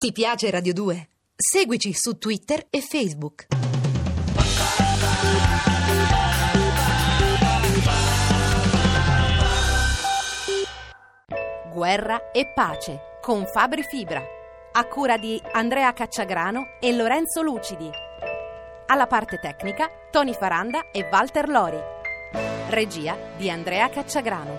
Ti piace Radio 2? Seguici su Twitter e Facebook. Guerra e pace con Fabri Fibra, a cura di Andrea Cacciagrano e Lorenzo Lucidi. Alla parte tecnica Tony Faranda e Walter Lori. Regia di Andrea Cacciagrano.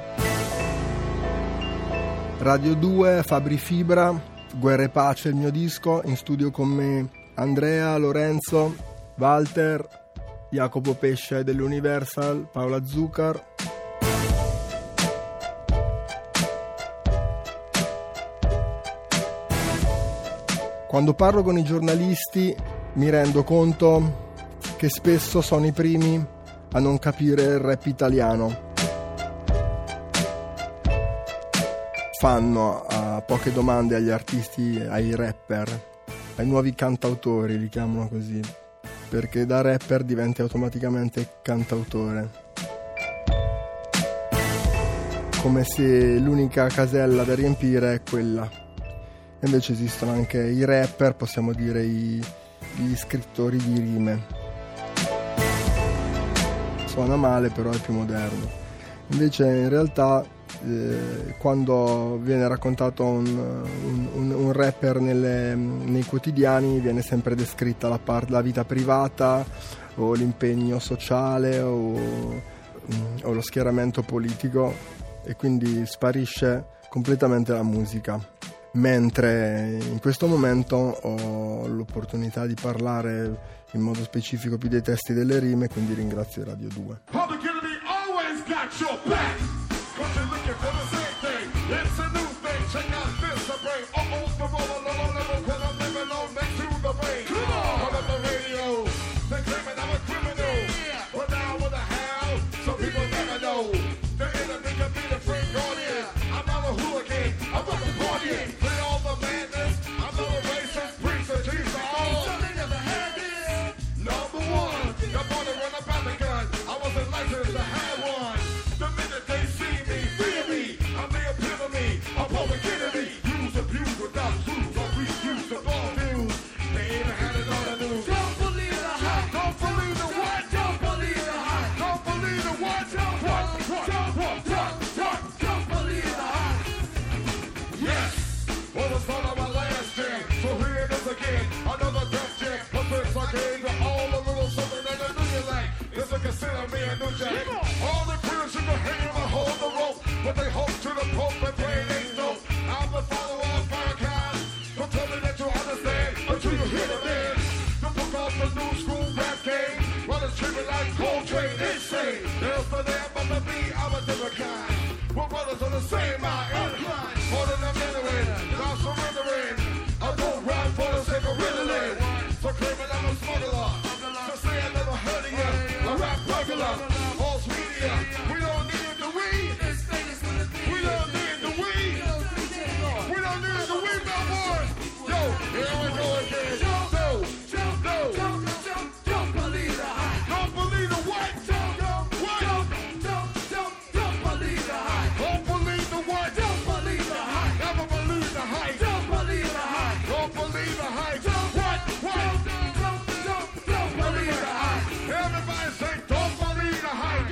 Radio 2, Fabri Fibra, Guerra e pace, il mio disco. In studio con me Andrea, Lorenzo, Walter, Jacopo Pesce dell'Universal, Paola Zuccar. Quando parlo con i giornalisti mi rendo conto che spesso sono i primi a non capire il rap italiano. Fanno a poche domande agli artisti, ai rapper, ai nuovi cantautori, li chiamano così, perché da rapper diventi automaticamente cantautore. Come se l'unica casella da riempire è quella. Invece esistono anche i rapper, possiamo dire gli scrittori di rime. Suona male, però è più moderno. Invece in realtà quando viene raccontato un rapper nei quotidiani viene sempre descritta la vita privata o l'impegno sociale o lo schieramento politico, e quindi sparisce completamente la musica. Mentre in questo momento ho l'opportunità di parlare in modo specifico più dei testi delle rime, quindi ringrazio Radio 2. All the critics in the hand will hold the rope, but they hold to the pope and pray they know. I'm the follower of mankind. Don't tell me that you understand until you hear the man. Don't book off the new school rap game. While it's treated like Coltrane, insane. There's for them, but for me, I'm a different kind. We're brothers on the same line, incline. More than a Mandarin, not surrendering. I don't rap for the sake of riddling. So claiming I'm a smuggler. So say I never heard of you. I rap regular. We don't need the weed. We don't need the weed. We don't need the weed no more. Yo, here we go again. Don't believe the hype. Don't believe the what? What? Don't believe the hype. Don't believe the what? Don't believe the hype. Never believe the hype. Don't believe the hype. Don't believe the hype. What? Don't believe the hype. Everybody say don't believe the hype.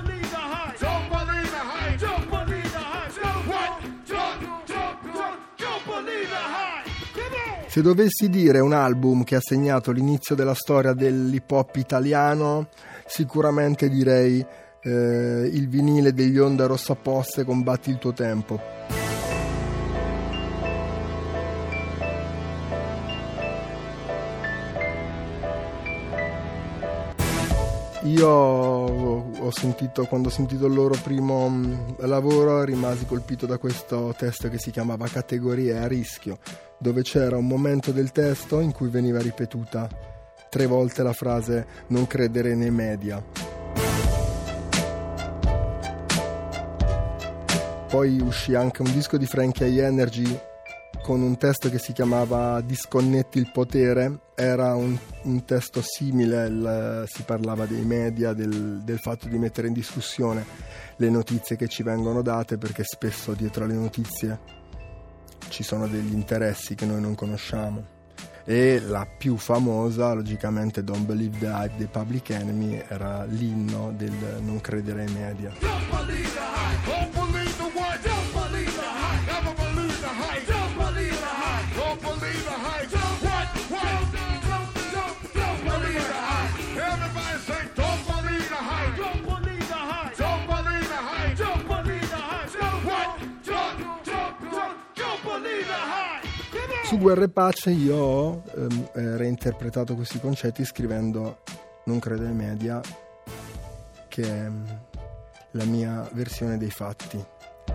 Se dovessi dire un album che ha segnato l'inizio della storia dell'hip hop italiano, sicuramente direi il vinile degli Onda Rossa Posse con Batti il tuo tempo. Io quando ho sentito il loro primo lavoro rimasi colpito da questo testo che si chiamava Categorie a rischio, dove c'era un momento del testo in cui veniva ripetuta 3 volte la frase "non credere nei media". Poi uscì anche un disco di Frankie Energy con un testo che si chiamava Disconnetti il potere. Era un testo simile, si parlava dei media, del fatto di mettere in discussione le notizie che ci vengono date, perché spesso dietro alle notizie ci sono degli interessi che noi non conosciamo. E la più famosa, logicamente, Don't Believe the Hype dei Public Enemy, era l'inno del non credere ai media. Don't believe the hype. Don't believe the what? Don't believe the hype. Never believe the hype. Don't believe the hype. Don't believe the hype. Don't believe the hype. Everybody say, don't believe the hype. Don't believe the hype. Don't believe the hype. Don't believe the hype. What? Don't believe the hype. Su Guerra e Pace io ho reinterpretato questi concetti scrivendo Non credo ai media, che è la mia versione dei fatti.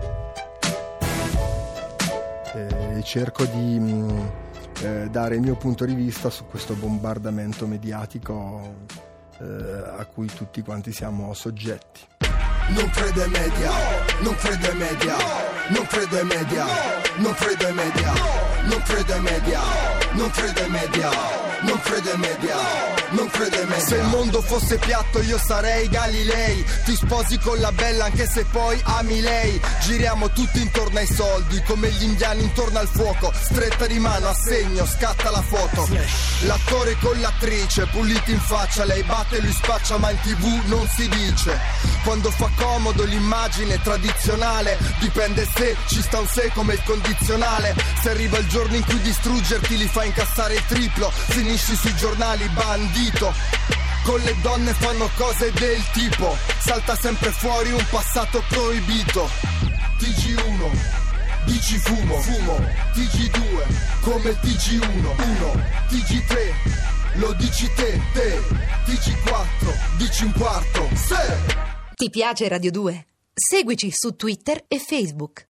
E cerco di dare il mio punto di vista su questo bombardamento mediatico a cui tutti quanti siamo soggetti. Non credo ai media, non credo ai media, non credo ai media, non credo ai media, non credo ai media, non credo ai media, non credo ai media, non credo ai media. Se il mondo fosse piatto io sarei Galilei, ti sposi con la bella anche se poi ami lei. Giriamo tutti intorno ai soldi come gli indiani intorno al fuoco, stretta di mano a segno, scatta la foto. L'attore con l'attrice, puliti in faccia, lei batte, lui spaccia ma in TV non si dice. Quando fa comodo l'immagine tradizionale, dipende se ci sta un se come il condizionale. Se arriva il giorno in cui distruggerti li fa incassare il triplo, finisci sui giornali bandito. Con le donne fanno cose del tipo, salta sempre fuori un passato proibito. TG1, dici fumo, fumo. TG2, come il TG1, 1. TG3, lo dici te, te. TG4, dici un quarto, se. Ti piace Radio 2? Seguici su Twitter e Facebook.